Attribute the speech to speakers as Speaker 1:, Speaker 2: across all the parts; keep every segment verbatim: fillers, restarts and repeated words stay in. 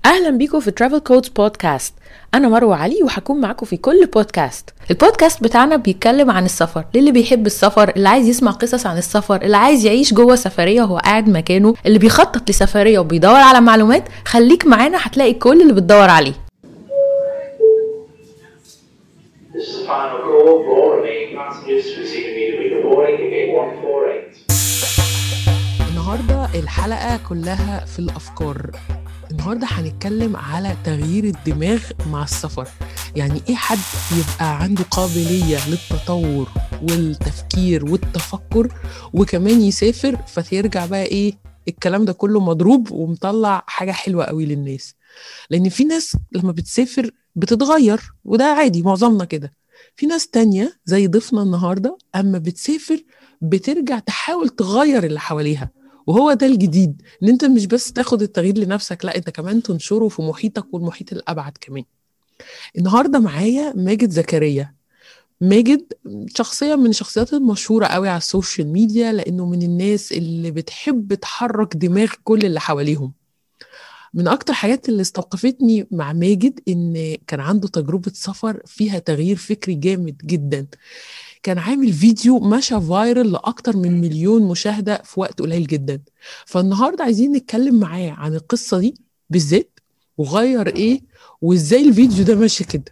Speaker 1: أهلا بيكم في Travel Codes بودكاست. أنا مروة علي وهكون معاكم في كل بودكاست. البودكاست بتاعنا بيتكلم عن السفر، للي بيحب السفر، اللي عايز يسمع قصص عن السفر، اللي عايز يعيش جوه سفرية وهو قاعد مكانه، اللي بيخطط لسفرية وبيدور على معلومات. خليك معانا هتلاقي كل اللي بتدور عليه.
Speaker 2: This is the final call. All remaining passengers proceed immediately to boarding in gate one forty-eight.
Speaker 1: النهاردة الحلقة كلها في الأفكار. النهاردة هنتكلم على تغيير الدماغ مع السفر. يعني إيه حد يبقى عنده قابلية للتطور والتفكير والتفكر وكمان يسافر فترجع بقى إيه الكلام ده كله مضروب ومطلع حاجة حلوة قوي للناس. لأن في ناس لما بتسافر بتتغير وده عادي، معظمنا كده. في ناس تانية زي ضيفنا النهاردة أما بتسافر بترجع تحاول تغير اللي حواليها، وهو ده الجديد، ان انت مش بس تاخد التغيير لنفسك، لا انت كمان تنشره في محيطك والمحيط الابعد كمان. النهارده معايا ماجد زكريا. ماجد شخصية من الشخصيات المشهورة قوي على السوشيال ميديا، لانه من الناس اللي بتحب تحرك دماغ كل اللي حواليهم. من اكتر حاجات اللي استوقفتني مع ماجد ان كان عنده تجربة سفر فيها تغيير فكري جامد جدا. كان عامل فيديو ماشى فايرل لأكتر من مليون مشاهدة في وقت قليل جدا. فالنهاردة عايزين نتكلم معاه عن القصة دي بالذات، وغير ايه وازاي الفيديو ده ماشي كده.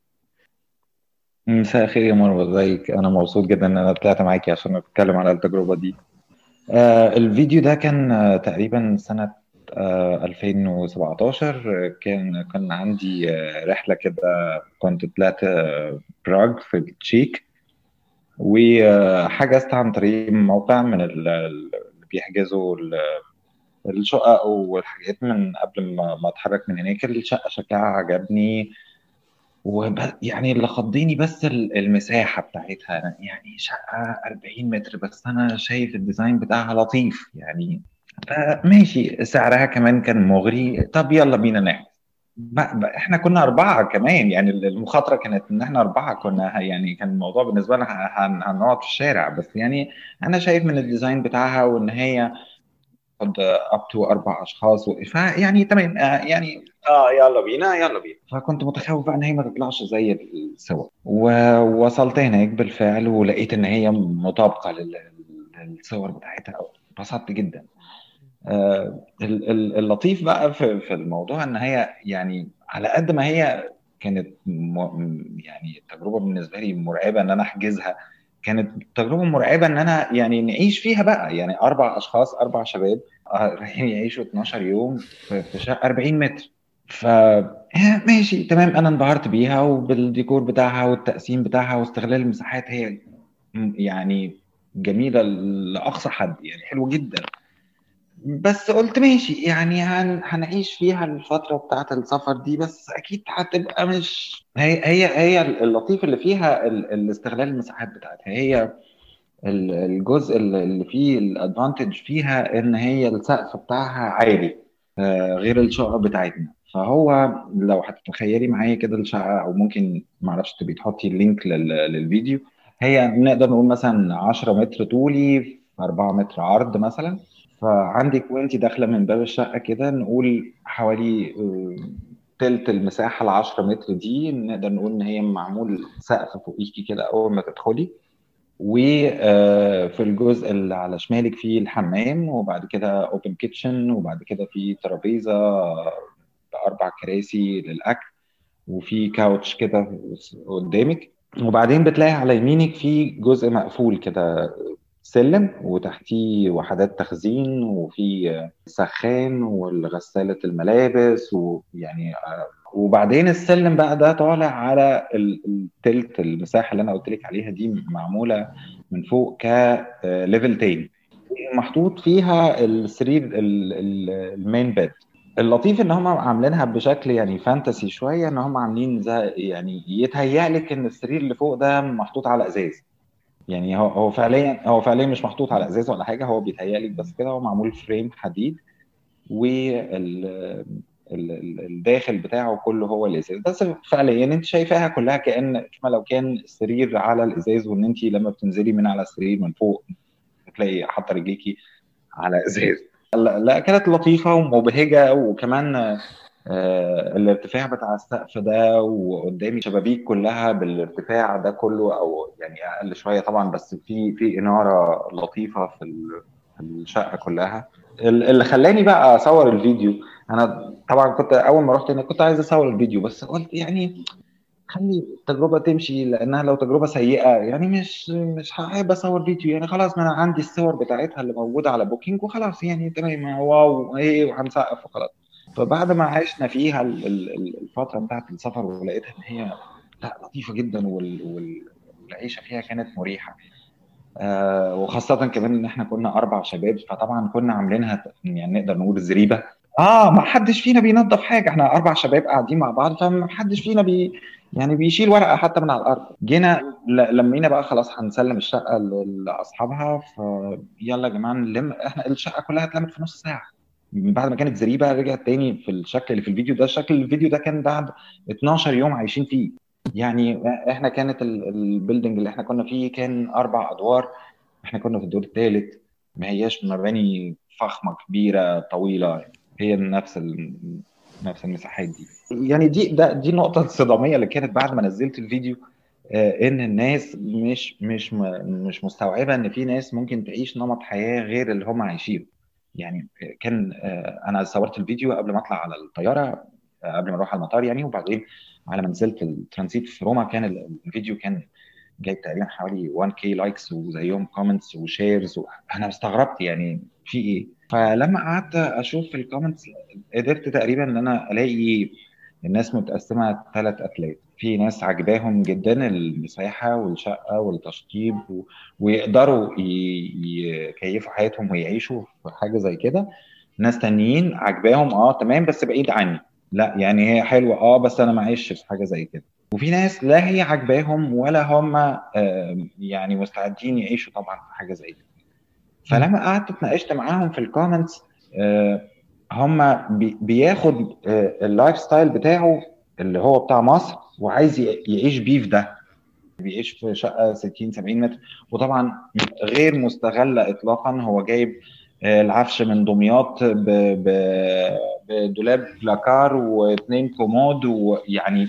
Speaker 3: مساء الخير يا مروة، ازيك؟ انا مبسوط جدا ان انا طلعت معاكي عشان اتكلم على التجربة دي. آه الفيديو ده كان آه تقريبا سنة آه ألفين وسبعتاشر. آه، كان كان عندي آه رحلة كده. كنت طلعت آه براغ في التشيك، وحجزت عن طريق موقع من ال- اللي بيحجزوا ال- الشقق والحاجات من قبل ما ما اتحرك من هناك. الشقة شكلها عجبني، وب... يعني اللي خضيني بس ال- المساحة بتاعتها. يعني شقة أربعين متر، بس أنا شايف الديزاين بتاعها لطيف يعني. فماشي، سعرها كمان كان مغري. طب يلا بينا نحجز. ب- ب- احنا كنا أربعة كمان، يعني المخاطرة كانت إن احنا أربعة كنا، يعني كان الموضوع بالنسبة لنا ه- هن- هنقعد في الشارع بس. يعني أنا شايف من الديزاين بتاعها وإن هي قد اب تو اربع اشخاص و... فيعني تمام. آه يعني اه يلا بينا يلا بينا. فكنت متخوف بقى ان هي ما تطلعش زي الصور، ووصلت هناك بالفعل ولقيت ان هي مطابقه لل... للصور بتاعتها. انبسطت جدا. آه ال- ال- اللطيف بقى في في الموضوع ان هي يعني على قد ما هي كانت م... يعني التجربه بالنسبه لي مرعبه ان انا احجزها. كانت تجربه مرعبه ان انا يعني نعيش فيها بقى، يعني اربع اشخاص، اربع شباب آه، رايحين يعيشوا اتناشر يوم في في شقه أربعين متر. ف آه، ماشي تمام. انا انبهرت بيها وبالديكور بتاعها والتقسيم بتاعها واستغلال المساحات. هي م- يعني جميله لاقصى حد، يعني حلوه جدا. بس قلت ماشي، يعني هن... هنعيش فيها الفترة بتاعة السفر دي، بس أكيد هتبقى مش هي هي هي اللطيف اللي فيها ال... الاستغلال المساحات بتاعتها. هي ال- الجزء اللي اللي فيه الادفانتج فيها ان هي السقف بتاعها عالي، آه، غير الشقق بتاعتنا. فهو لو هتتخيلي معايا كده الشقة، او ممكن معرفش تبي تحطي اللينك لل... للفيديو. هي نقدر نقول مثلا عشرة متر طولي في أربعة متر عرض مثلا. فعندك وانت داخله من باب الشقه كده، نقول حوالي آه، تلت المساحه ال عشرة متر دي، نقدر نقول ان هي معمول سقف فوقيكي كده اول ما تدخلي. وفي الجزء اللي على شمالك فيه الحمام، وبعد كده اوبن كيتشن، وبعد كده في ترابيزه باربع كراسي للاكل، وفي كاوتش كده قدامك. وبعدين بتلاقي على يمينك في جزء مقفول كده، سلم وتحتيه وحدات تخزين، وفي سخان والغسالة الملابس، ويعني آه، وبعدين السلم بقى ده طالع على ال- التلت المساحة اللي أنا قلت لك عليها دي، معمولة من فوق كليفل تاني، محطوط فيها السرير ال- ال- المين بيد. اللطيف ان هم عاملينها بشكل يعني فانتسي شويه، ان هم عاملين زي يعني يتهيأ لك ان السرير اللي فوق ده محطوط على ازاز. يعني هو هو فعليا هو فعليا مش محطوط على ازاز ولا حاجه، هو بيتهيأ لك بس كده. هو معمول فريم حديد، والداخل بتاعه كله هو الازاز بس. فعليا انت شايفاها كلها كأن كما لو كان السرير على الازاز، وان انت لما بتنزلي من على السرير من فوق بتلاقي حاطه رجليكي على ازاز. لا لا، كانت لطيفه ومبهجه. وكمان آه، الارتفاع بتاع السقف ده، وقدامي شبابيك كلها بالارتفاع ده كله، او يعني اقل شويه طبعا، بس في في اناره لطيفه في ال- في الشقه كلها. ال- اللي خلاني بقى اصور الفيديو، انا طبعا كنت اول ما رحت هنا كنت عايز اصور الفيديو، بس قلت يعني خلي التجربه تمشي، لانها لو تجربه سيئه يعني مش مش هحب اصور فيديو. يعني خلاص، ما انا عندي الصور بتاعتها اللي موجوده على بوكينج وخلاص، يعني تمام، واو ايه، وهنسقف وخلاص. فبعد ما عشنا فيها ال- ال- ال- الفتره بتاعت السفر، ولقيتها ان هي لا لطيفه جدا، وال- وال- والعيشه فيها كانت مريحه. آه وخاصه كمان ان احنا كنا اربع شباب، فطبعا كنا عاملينها يعني نقدر نقول زريبه. اه، ما حدش فينا بينظف حاجه، احنا اربع شباب قاعدين مع بعض، فما حدش فينا بي يعني بيشيل ورقه حتى من على الارض. جينا ل- لمينا بقى خلاص هنسلم الشقه ل- لاصحابها، فيلا يا جماعه نلم. احنا الشقه كلها اتلمت في نص ساعه. من بعد ما كانت زريبه رجعت تاني في الشكل اللي في الفيديو ده. شكل الفيديو ده كان بعد اتناشر يوم عايشين فيه. يعني احنا كانت ال- البيلدنج اللي احنا كنا فيه كان اربع ادوار، احنا كنا في الدور الثالث. ما هياش مباني فخمه كبيره طويله، هي نفس ال... نفس المساحات دي. يعني دي ده دي النقطه الصداميه اللي كانت بعد ما نزلت الفيديو. آه، ان الناس مش مش م- مش مستوعبه ان في ناس ممكن تعيش نمط حياه غير اللي هم عايشينه. يعني كان آه، انا صورت الفيديو قبل ما اطلع على الطياره، آه، قبل ما اروح على المطار يعني. وبعدين على ما نزلت الترانزيت في روما كان ال- الفيديو كان جايب تقريبا حوالي واحد كيه لايكس، وزيهم كومنتس وشيرز. انا استغربت يعني في ايه. فلما قعدت اشوف في الكومنتس قدرت تقريبا ان انا الاقي الناس متقسمه ثلاث اتلات. في ناس عجباهم جدا المساحه والشقه والتشطيب و... ويقدروا ي... يكيفوا حياتهم ويعيشوا في حاجه زي كده. ناس تانيين عجباهم اه تمام بس بعيد عني، لا يعني هي حلوه اه بس انا ما عايش في حاجه زي كده. وفي ناس لا هي عجباهم ولا هم آه، يعني مستعدين يعيشوا طبعا في حاجه زي كده.
Speaker 1: مم.
Speaker 3: فلما قعدت اتناقشت معاهم في الكومنتس، آه، هم بي- بياخد آه، اللايف ستايل بتاعه اللي هو بتاع مصر، وعايز ي- يعيش بيه في ده. بيعيش في شقه ستين سبعين متر، وطبعا غير مستغله اطلاقا. هو جايب آه، العفش من دمياط ب- ب- بدولاب لاكار واثنين كومود، ويعني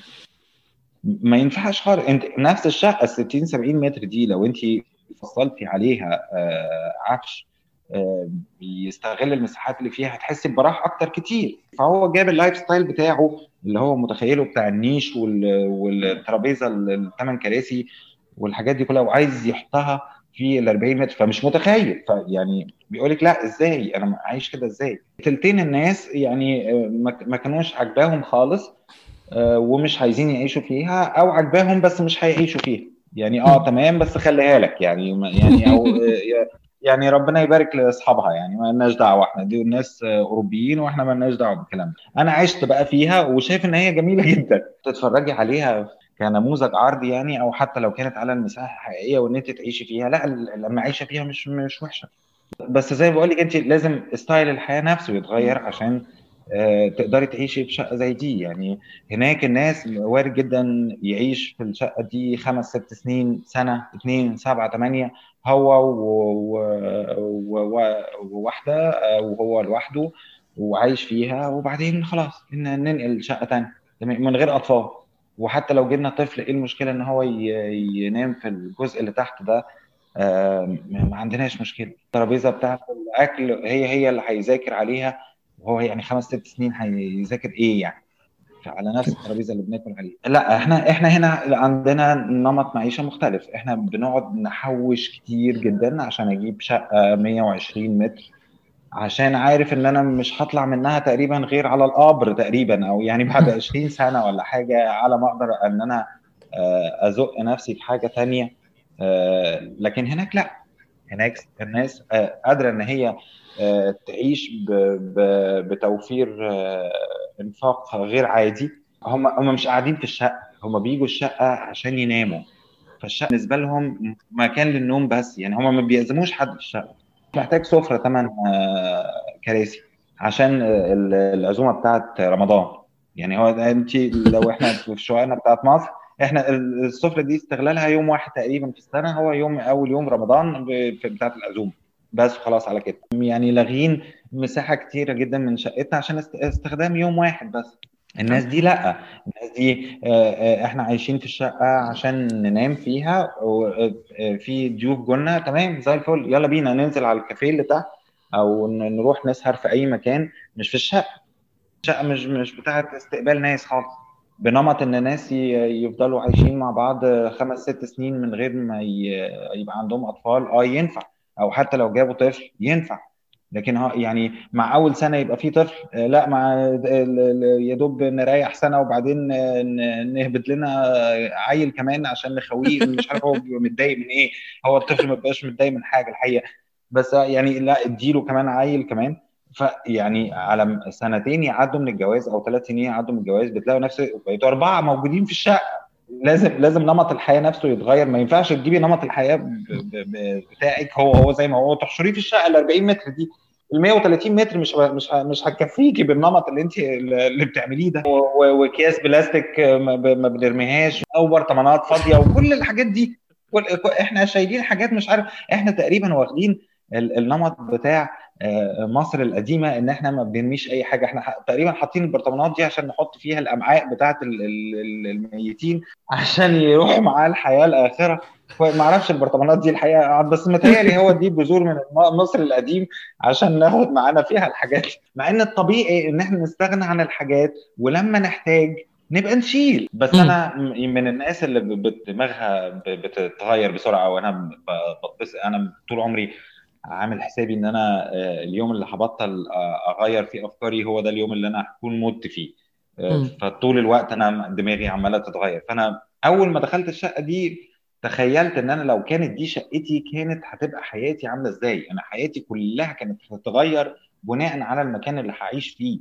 Speaker 3: ما ينفعش خالص. انت نفس الشقه ال ستين سبعين متر دي لو انت فصلتي عليها آه، عفش آه، بيستغل المساحات اللي فيها، هتحسي براحه اكتر كتير. فهو جاب اللايف ستايل بتاعه اللي هو متخيله بتاع النيش وال- والترابيزه الثمان كراسي والحاجات دي كلها، وعايز يحطها في ال اربعين متر. فمش متخيل، فيعني بيقول لك لا ازاي انا عايش كده ازاي. تلتين الناس يعني آه، ما ما كانوش عاجباهم خالص، آه، ومش عايزين يعيشوا فيها، او عجباهم بس مش هيعيشوا فيها. يعني اه تمام بس خليها لك يعني ما- يعني او آه، يعني ربنا يبارك لاصحابها، يعني ما لناش دعوه، احنا دي ناس آه، اوروبيين واحنا ما لناش دعوه بالكلام ده. انا عشت بقى فيها وشايف ان هي جميله جدا تتفرجي عليها كنموذج عرضي يعني، او حتى لو كانت على المساحه الحقيقيه وان انت تعيشي فيها، لا ال- لما عايشه فيها مش مش وحشه. بس زي ما بقول لك انت لازم ستايل الحياه نفسه يتغير عشان آه، تقدري تعيشي في شقه زي دي يعني. هناك الناس وارد جدا يعيش في الشقه دي خمس ست سنين، سنه اتنين سبعه تمانيه، هو و- و- و- وواحده آه، وهو لوحده وعايش فيها، وبعدين خلاص إن ننقل شقه تانيه تمام، من غير اطفال. وحتى لو جبنا طفل ايه المشكله ان هو ي- ينام في الجزء اللي تحت ده؟ آه، ما ما عندناش مشكله. الترابيزه بتاعت الاكل هي هي اللي هيذاكر عليها، وهو يعني خمس ست سنين هيذاكر ايه يعني؟ على نفس الترابيزه اللي بناكل عليها. لا احنا احنا هنا عندنا نمط معيشه مختلف. احنا بنقعد نحوش كتير جدا عشان اجيب شقه مية وعشرين متر، عشان عارف ان انا مش هطلع منها تقريبا غير على القبر تقريبا، او يعني بعد عشرين سنه ولا حاجه، على ما اقدر ان انا آه، ازق نفسي في حاجه تانية. آه، لكن هناك لا. هناك الناس آه، قادره ان هي آه، تعيش ب- ب- بتوفير آه، انفاق غير عادي. هم هم مش قاعدين في الشقه، هم بيجوا الشقه عشان يناموا. فالشقه بالنسبه لهم مكان للنوم بس، يعني هم ما بيعزموش حد في الشقه. محتاج سفره ثمان كراسي عشان ال- العزومه بتاعت رمضان. يعني هو انت لو احنا في الشقه بتاعت مصر، احنا ال- السفره دي استغلالها يوم واحد تقريبا في السنه، هو يوم اول يوم رمضان ب- في- بتاعت العزومه. بس خلاص على كده. يعني لاغين مساحه كتيره جدا من شقتنا عشان است- استخدام يوم واحد بس. الناس دي لا، الناس دي آه، آه، احنا عايشين في الشقه عشان ننام فيها، وفي ضيوف جولنا تمام زي الفل، يلا بينا ننزل على الكافيه اللي تحت، او ن- نروح نسهر في اي مكان مش في الشقه. الشقه مش مش بتاعه استقبال ناس خالص، بنمط ان ناس ي- يفضلوا عايشين مع بعض خمس ست سنين من غير ما ي- يبقى عندهم اطفال. اه ينفع، او حتى لو جابوا طفل ينفع، لكن ها يعني مع اول سنه يبقى في طفل، آه، لا مع ال- ال- يا دوب نريح سنه وبعدين آه، ن- نهبط لنا عيل كمان عشان نخويه، مش عارف هو بيبقى متضايق من ايه. هو الطفل ما بيبقاش متضايق من حاجه الحقيقه، بس آه، يعني لا اديله كمان عيل كمان. فيعني على سنتين يعدوا من الجواز او ثلاث سنين يعدوا من الجواز بتلاقوا نفس بقيتوا اربعه موجودين في الشقه. لازم لازم نمط الحياه نفسه يتغير. ما ينفعش تجيبي نمط الحياه ب- ب- ب- بتاعك هو هو زي ما هو تحشريه في الشقه ال أربعين متر دي. ال مية وتلاتين متر مش مش مش هتكفيكي بالنمط اللي انت اللي بتعمليه ده. و- واكياس بلاستيك ما ب- ما بنرميهاش، او برطمانات فاضيه وكل الحاجات دي. كل احنا شايلين حاجات مش عارف. احنا تقريبا واخدين ال- النمط بتاع آه، مصر القديمه، ان احنا ما بنرميش اي حاجه. احنا ح- تقريبا حاطين البرطمانات دي عشان نحط فيها الامعاء بتاعه ال- ال- ال- الميتين عشان يروحوا معاه الحياه الاخره. ما اعرفش البرطمانات دي الحقيقه، بس متهيألي هو دي بذور من الم- مصر القديم عشان ناخد معانا فيها الحاجات. مع ان الطبيعي ان احنا نستغنى عن الحاجات ولما نحتاج نبقى نشيل. بس
Speaker 1: مم.
Speaker 3: انا م- من الناس اللي ب- بت- دماغها ب- بتتغير بسرعه، وانا ب- بتبص. انا طول عمري عامل حسابي ان انا آه، اليوم اللي هبطل آه، اغير فيه افكاري هو ده اليوم اللي انا هكون مت فيه. آه،
Speaker 1: مم.
Speaker 3: فطول الوقت انا دماغي عماله تتغير. فانا اول ما دخلت الشقه دي تخيلت ان انا لو كانت دي شقتي كانت هتبقى حياتي عامله ازاي. انا حياتي كلها كانت هتتغير بناء على المكان اللي هعيش فيه.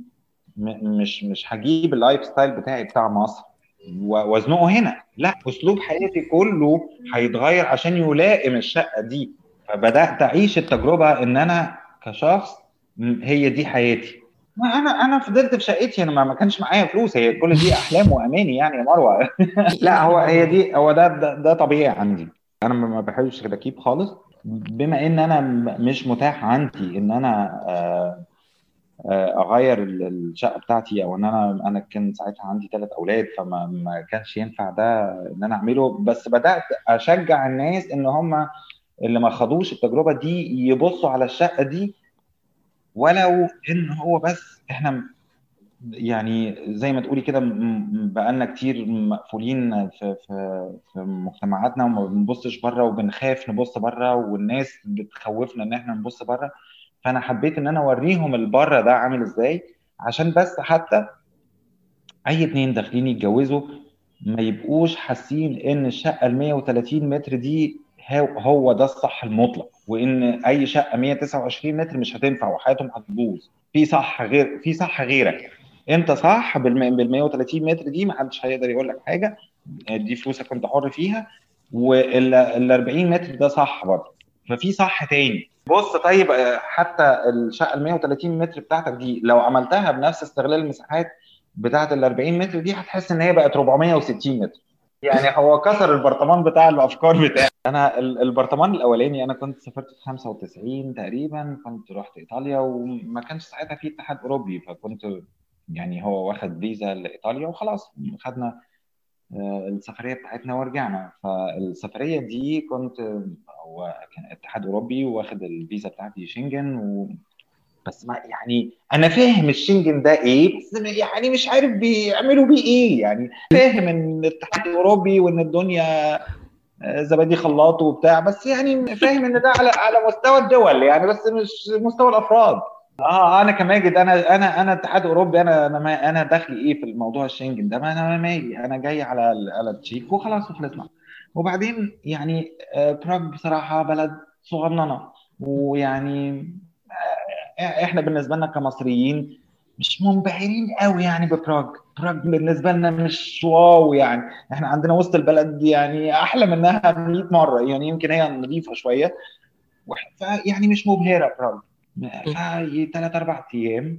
Speaker 3: م- مش مش هجيب اللايف ستايل بتاعي بتاع مصر و- وازنقه هنا، لا اسلوب حياتي كله هيتغير عشان يلائم الشقه دي. فبدات اعيش التجربه ان انا كشخص م- هي دي حياتي. ما انا انا فضلت في شقتي. انا ما ما كانش معايا فلوس، هي كل دي احلام واماني يعني يا مروه. لا هو هي دي هو ده ده, ده طبيعي عندي. انا ما ما بحبش التكييف خالص. بما ان انا م- مش متاح عندي ان انا آه، آه، اغير ال- الشقه بتاعتي، او ان انا انا كان ساعتها عندي ثلاث اولاد فما ما كانش ينفع ده ان انا اعمله. بس بدات اشجع الناس ان هم اللي ما خدوش التجربه دي يبصوا على الشقه دي. ولو ان هو بس احنا يعني زي ما تقولي كده م- م- بقالنا كتير مقفولين في في في مجتمعاتنا وما بنبصش بره، وبنخاف نبص بره، والناس بتخوفنا ان احنا نبص بره. فانا حبيت ان انا اوريهم البره ده عامل ازاي، عشان بس حتى اي اتنين داخلين يتجوزوا ما يبقوش حاسين ان الشقه ال مية وتلاتين متر دي هو هو ده الصح المطلق، وان اي شقه مية وتسعة وعشرين متر مش هتنفع وحياتهم هتبوظ. في صح غير في صح غيرك. انت صح بال مية وتلاتين متر دي، ما حدش هيقدر يقول لك حاجه. دي فلوسك انت حر فيها. وال أربعين متر ده صح برضه. ففي صح تاني. بص طيب آه، حتى الشقه ال مية وتلاتين متر بتاعتك دي لو عملتها بنفس استغلال المساحات بتاعت ال أربعين متر دي هتحس ان هي بقت أربعمية وستين متر. يعني هو كسر البرطمان بتاع الافكار بتاعي. انا ال- البرطمان الاولاني انا كنت سافرت في خمسة وتسعين تقريبا، كنت رحت ايطاليا وما كانش ساعتها في اتحاد اوروبي، فكنت يعني هو واخد فيزا لايطاليا وخلاص. خدنا آه، السفريه بتاعتنا ورجعنا. فالسفريه دي كنت هو كان اتحاد اوروبي واخد الفيزا بتاعتي شنجن و... بس ما يعني انا فاهم الشنجن ده ايه، بس يعني مش عارف بيعملوا بيه ايه. يعني فاهم ان الاتحاد الاوروبي وان الدنيا آه، زبادي خلاط وبتاع، بس يعني فاهم ان ده على على مستوى الدول يعني، بس مش مستوى الافراد. اه انا كماجد انا انا انا اتحاد اوروبي. انا انا ما انا داخلي ايه في الموضوع الشنجن ده؟ ما انا مالي، انا جاي على ال- على التشيك وخلاص وخلصنا. وبعدين يعني آه، براغ بصراحه بلد صغننه، ويعني آه، احنا بالنسبه لنا كمصريين مش منبهرين قوي يعني ببراغ. براغ بالنسبه لنا مش واو يعني. احنا عندنا وسط البلد يعني احلى منها مية مره يعني، يمكن هي نظيفه شويه. وح- فيعني مش مبهره براغ. في ثلاث اربع ايام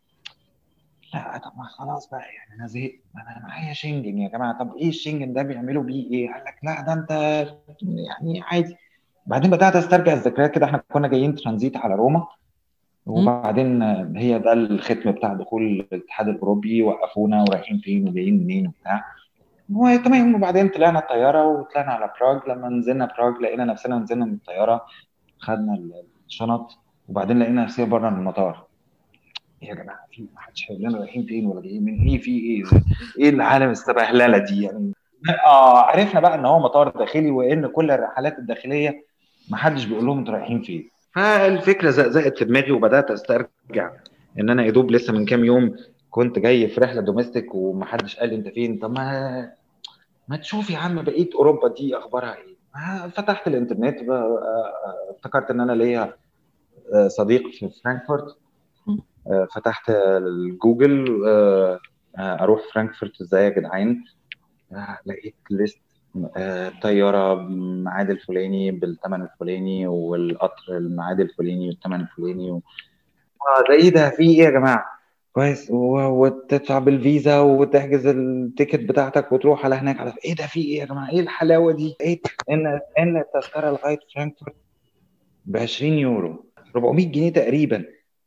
Speaker 3: لا طب ما خلاص بقى يعني انا زهقت. انا معايا شنجن يا جماعه. طب ايه الشنجن ده بيعملوا بيه ايه؟ قال لك لا ده انت يعني عادي بعدين بدات استرجع الذكريات كده. احنا كنا جايين ترانزيت على روما،
Speaker 1: مم.
Speaker 3: وبعدين هي ده الختم بتاع دخول الاتحاد الاوروبي، وقفونا ورايحين فين وجايين منين وبتاع. وتمام. وبعدين طلعنا الطياره وطلعنا على براغ. لما نزلنا براغ لقينا نفسنا نزلنا من الطياره، خدنا الشنط، وبعدين لقينا نفسنا بره المطار. إيه يا جماعه، في ما حدش هيقول لنا رايحين فين ولا جايين من ايه، في ايه، ايه العالم السبهلله دي يعني. اه عرفنا بقى ان هو مطار داخلي، وان كل الرحلات الداخليه ما حدش بيقول لهم انتوا رايحين فين. فالفكره زقزقت في دماغي، وبدات استرجع ان انا يا دوب لسه من كام يوم كنت جاي في رحله دوميستيك ومحدش قال لي انت فين. طب ما ما تشوف يا عم بقيه اوروبا دي اخبارها ايه. آه، فتحت الانترنت بقى، آه، افتكرت ان انا ليا آه، صديق في فرانكفورت.
Speaker 1: مم.
Speaker 3: آه، فتحت الجوجل، آه، آه، اروح فرانكفورت ازاي يا جدعان. آه، لقيت ليست، آه، طياره الميعاد الفلاني بالثمن الفلاني، والقطر الميعاد الفلاني والثمن الفلاني و... آه، ده ايه ده، في ايه يا جماعه. كويس. و- وتدفع بالفيزا وتحجز التيكت بتاعتك وتروح على هناك. على ايه ده، في ايه يا جماعه، ايه الحلاوه دي. لقيت ان ان التذكره لغايه فرانكفورت ب عشرين يورو، أربعمية جنيه تقريبا.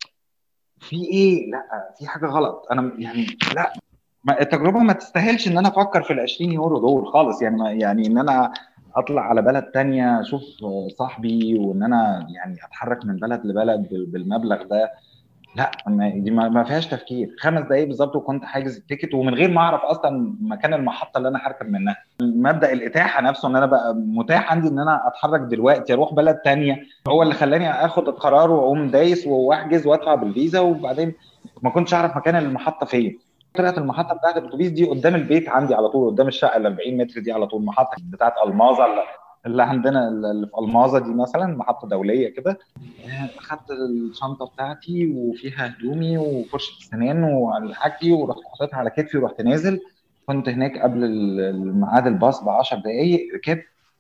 Speaker 3: في ايه، لا في حاجه غلط. انا يعني لا، ما التجربه ما تستاهلش ان انا افكر في ال عشرين يورو دول خالص. يعني ما يعني ان انا اطلع على بلد تانية اشوف صاحبي، وان انا يعني اتحرك من بلد لبلد بال- بالمبلغ ده. لا، ما دي ما ما فيهاش تفكير. خمس دقايق بالظبط وكنت حاجز التيكت، ومن غير ما اعرف اصلا مكان المحطه اللي انا هركب منها. مبدأ الاتاحه نفسه، ان انا بقى متاح عندي ان انا اتحرك دلوقتي اروح بلد تانية، هو اللي خلاني اخد القرار واقوم دايس واحجز وادفع بالفيزا. وبعدين ما كنتش اعرف مكان المحطه فين. طلعت المحطه بتاعت الاتوبيس دي قدام البيت عندي على طول، قدام الشقه ال أربعين متر دي على طول. محطه بتاعت الماظه اللي اللي عندنا، اللي في الماظه دي مثلا، محطه دوليه كده. اخدت الشنطه بتاعتي وفيها هدومي وفرشه السنان وحاجتي، ورحت حطيتها على كتفي ورحت نازل. كنت هناك قبل الميعاد الباص ب عشر دقائق. ركبت،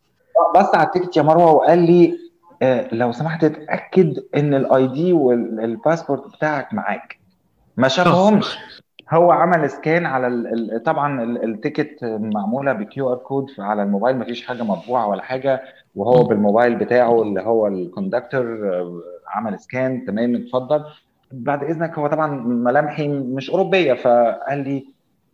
Speaker 3: بص على التيكت يا مروه وقال لي آه، لو سمحت اتاكد ان الاي دي والباسبورت بتاعك معاك. ما
Speaker 1: اه.
Speaker 3: شافهمش. هو عمل سكان على ال... ال- طبعا ال- التيكت معموله بكيو ار كود على الموبايل، مفيش حاجه مطبوعه ولا حاجه. وهو
Speaker 1: مم.
Speaker 3: بالموبايل بتاعه اللي هو الكوندكتور آه، عمل سكان. تمام، اتفضل بعد اذنك. هو طبعا ملامحي مش اوروبيه، فقال لي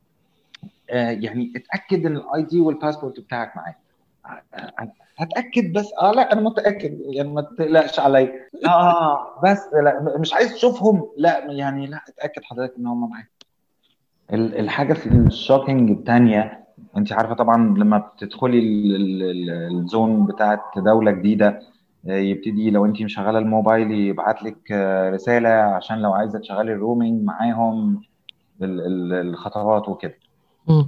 Speaker 3: آه، يعني اتاكد ان الاي دي والباسبورت بتاعك معاك. آه، هتاكد بس. اه لا انا متاكد يعني، ما تقلقش عليا. اه بس لا مش عايز تشوفهم. لا يعني لا، اتاكد حضرتك ان هم معاك. ال- الحاجة في الشوبينج التانية، انت عارفة طبعا لما بتدخلي ال- ال- ال- الزون بتاعت دولة جديدة، آه، يبتدي لو انت مشغلة الموبايل يبعت لك آه، رسالة عشان لو عايزة تشغلي الرومينج معاهم، ال- ال- الخطوات وكده.
Speaker 1: مم.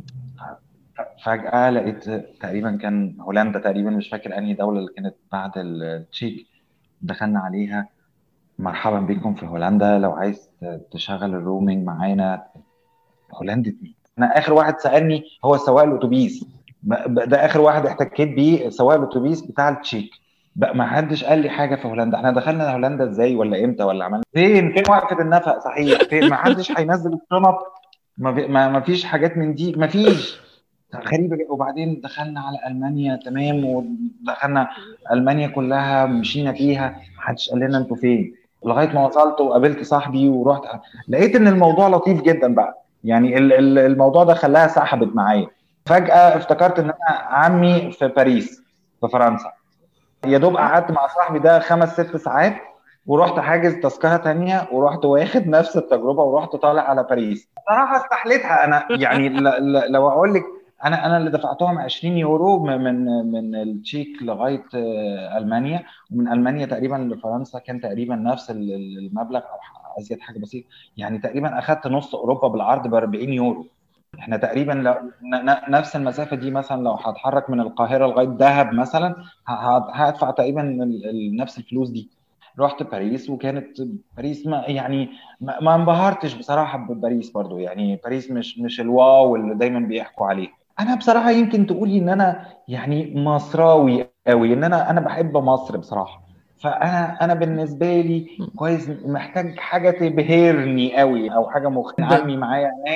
Speaker 3: فجأة لقيت تقريبا كان هولندا، تقريبا مش فاكر انهي دولة اللي كانت بعد التشيك. دخلنا عليها، مرحبا بكم في هولندا، لو عايز تشغل الرومينج معانا. هولندا مين؟ انا اخر واحد سالني هو سواق الاتوبيس. ب- ب- ده اخر واحد احتكيت بيه، سواق الاتوبيس بتاع التشيك. بقى ما حدش قال لي حاجه في هولندا. احنا دخلنا هولندا ازاي ولا امتى ولا عملنا فين فين وقفه النفق صحيح، فين ما حدش هينزل الشنط. ما, في ما ما فيش حاجات من دي، ما فيش. غريبه جدا. وبعدين دخلنا على المانيا، تمام، ودخلنا المانيا كلها مشينا فيها، ما حدش قال لنا انتوا فين. لغايه ما وصلت وقابلت صاحبي ورحت، لقيت ان الموضوع لطيف جدا بقى. يعني ال- ال- الموضوع ده خلاها سحبت معايا. فجاه افتكرت ان انا عمي في باريس في فرنسا. يا دوب قعدت مع صاحبي ده خمس ست ساعات، ورحت حاجز تذكره تانية، ورحت واخد نفس التجربه ورحت طالع على باريس. صراحه استحليتها انا يعني. ل- ل- لو اقول لك، انا انا اللي دفعتهم عشرين يورو من من من التشيك لغايه آه، المانيا. ومن المانيا تقريبا لفرنسا كان تقريبا نفس ال- ال- المبلغ او ح- ازيد حاجه بسيطه. يعني تقريبا اخدت نص اوروبا بالعرض ب أربعين يورو. احنا تقريبا لو ن- ن- نفس المسافه دي مثلا لو هتحرك من القاهره لغايه دهب مثلا، ه- ه- هدفع تقريبا ال- ال- نفس الفلوس دي. رحت باريس، وكانت باريس ما يعني ما, ما انبهرتش بصراحه بباريس برضو. يعني باريس مش مش الواو اللي دايما بيحكوا عليه. انا بصراحه يمكن تقولي ان انا يعني مصراوي قوي، ان انا انا بحب مصر بصراحه. فانا انا بالنسبه لي كويس، محتاج حاجه تبهرني قوي او حاجه مخ
Speaker 1: ب...
Speaker 3: عمي معايا هناك.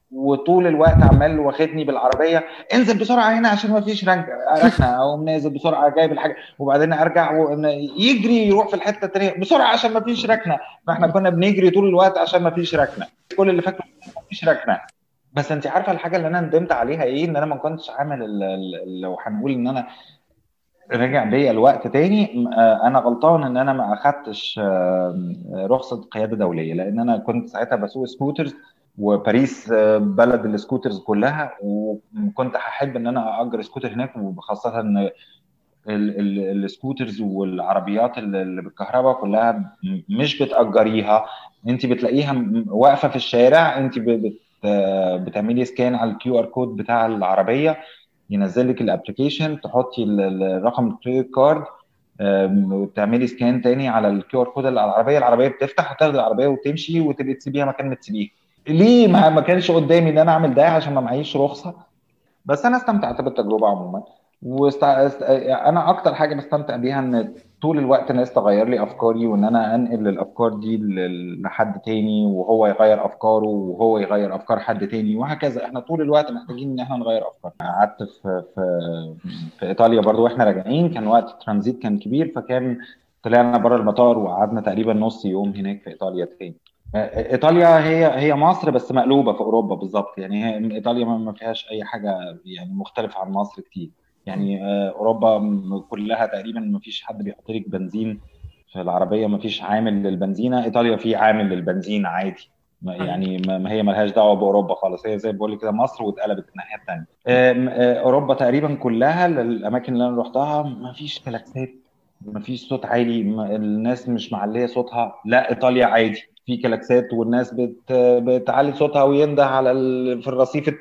Speaker 3: وطول الوقت عمال واخدني بالعربيه انزل بسرعه هنا عشان ما فيش ركنه، او نازل بسرعه جايب الحاجه وبعدين ارجع يجري يروح في الحته الثانيه بسرعه عشان ما فيش ركنه. فاحنا كنا بنجري طول الوقت عشان ما فيش ركنه، كل اللي فاكره ما فيش ركنه. بس انت عارفه الحاجه اللي انا ندمت عليها ايه؟ ان انا ما كنتش عامل ال- ال- لو هنقول ان انا رجع بيا الوقت تاني، آه، انا غلطان ان انا ما اخدتش آه، رخصه قياده دوليه، لان انا كنت ساعتها بسوق سكوترز، وباريس آه، بلد السكوترز كلها، وكنت هحب ان انا اجر سكوتر هناك، وخاصه ان ال- ال- السكوترز والعربيات اللي اللي بالكهرباء كلها م- مش بتأجريها، انت بتلاقيها م- واقفه في الشارع، انت ب- بت آه، بتعملي سكان على الكيو ار كود بتاع العربيه، ينزل لك الابلكيشن، تحطي ال- ال- رقم الكريدت كارد، آم، وتعملي سكان تاني على الكيو ار كود اللي على العربيه، العربيه بتفتح وتاخدي العربيه وتمشي، وتبقي تسيبيها مكان ما تسيبيها. ليه ما ما كانش قدامي ان انا اعمل ده؟ عشان ما معيش رخصه. بس انا استمتعت بالتجربه عموما. وست... است... انا اكتر حاجه بستمتع بيها ان طول الوقت الناس تغير لي افكاري، وان انا انقل الافكار دي ل- لحد تاني، وهو يغير افكاره، وهو يغير افكار حد تاني، وهكذا. احنا طول الوقت محتاجين ان احنا نغير افكار. قعدت في في في ايطاليا برضو، واحنا راجعين كان وقت الترانزيت كان كبير، فكان طلعنا بره المطار وقعدنا تقريبا نص يوم هناك في ايطاليا تاني. ايطاليا هي هي مصر بس مقلوبه في اوروبا بالظبط. يعني هي ايطاليا ما ما فيهاش اي حاجه يعني مختلفه عن مصر كتير. يعني آه، اوروبا م- كلها تقريبا ما فيش حد بيحط لك بنزين في العربيه، ما فيش عامل للبنزينه. ايطاليا في عامل للبنزين عادي. ما- يعني ما ما هي ملهاش دعوه باوروبا خالص. هي زي ما بقول لك كده مصر واتقلبت الناحيه الثانيه. اوروبا تقريبا كلها الاماكن اللي انا رحتها ما فيش كلاكسات، ما فيش صوت عالي، ما- الناس مش معليه صوتها. لا، ايطاليا عادي في كلاكسات، والناس بت بتعلي صوتها وينده على ال... في الرصيف.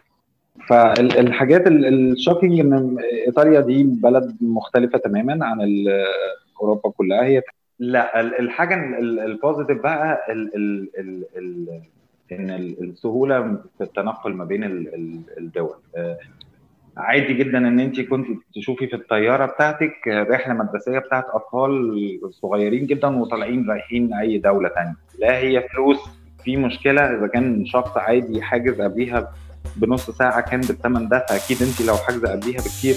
Speaker 3: فالحاجات الشوكينج ان ايطاليا دي بلد مختلفه تماما عن ال- اوروبا كلها. هي لا، ال- الحاجه ال- البوزيتيف بقى ال ال ال ال ان ال- السهوله في التنقل ما بين ال- ال- الدول. آه، عادي جدا ان انت كنت تشوفي في الطياره بتاعتك رحله مدرسيه بتاعت اطفال صغيرين جدا وطالعين رايحين اي دوله تانية. لا هي فلوس. في مشكله اذا كان شخص عادي حاجز قبليها بنص ساعه كان بالثمن ده، فاكيد انت لو حاجزه قبليها بكتير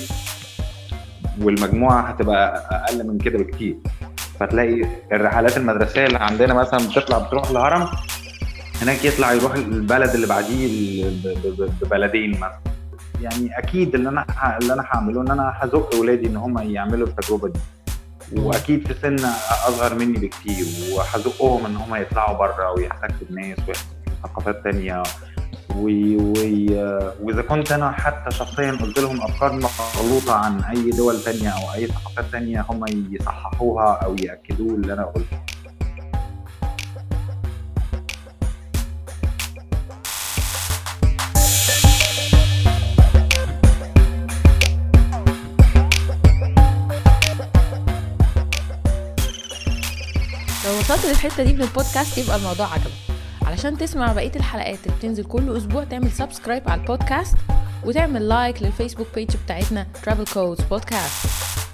Speaker 3: والمجموعه هتبقى اقل من كده بكتير. فتلاقي الرحلات المدرسيه اللي عندنا مثلا بتطلع بتروح الهرم، هناك يطلع يروح البلد اللي بعديه ب- ب- ب- ببلدين مثلا. يعني اكيد اللي انا ه- اللي انا هعمله ان انا هزق اولادي ان هم يعملوا التجربه دي، واكيد في سن اصغر مني بكتير، وهزقهم ان هم يطلعوا بره ويحتكوا بناس وثقافات تانية. و- و- واذا كنت انا حتى شخصيا قلت لهم افكار مغلوطه عن اي دول تانية او اي ثقافات تانية، هم يصححوها او ياكدوا اللي انا قلته.
Speaker 4: لو وصلت للحتة دي من البودكاست يبقى الموضوع عجبك. علشان تسمع بقية الحلقات اللي بتنزل كل أسبوع تعمل سبسكرايب على البودكاست، وتعمل لايك للفيسبوك بيج بتاعتنا Travel Codes Podcast.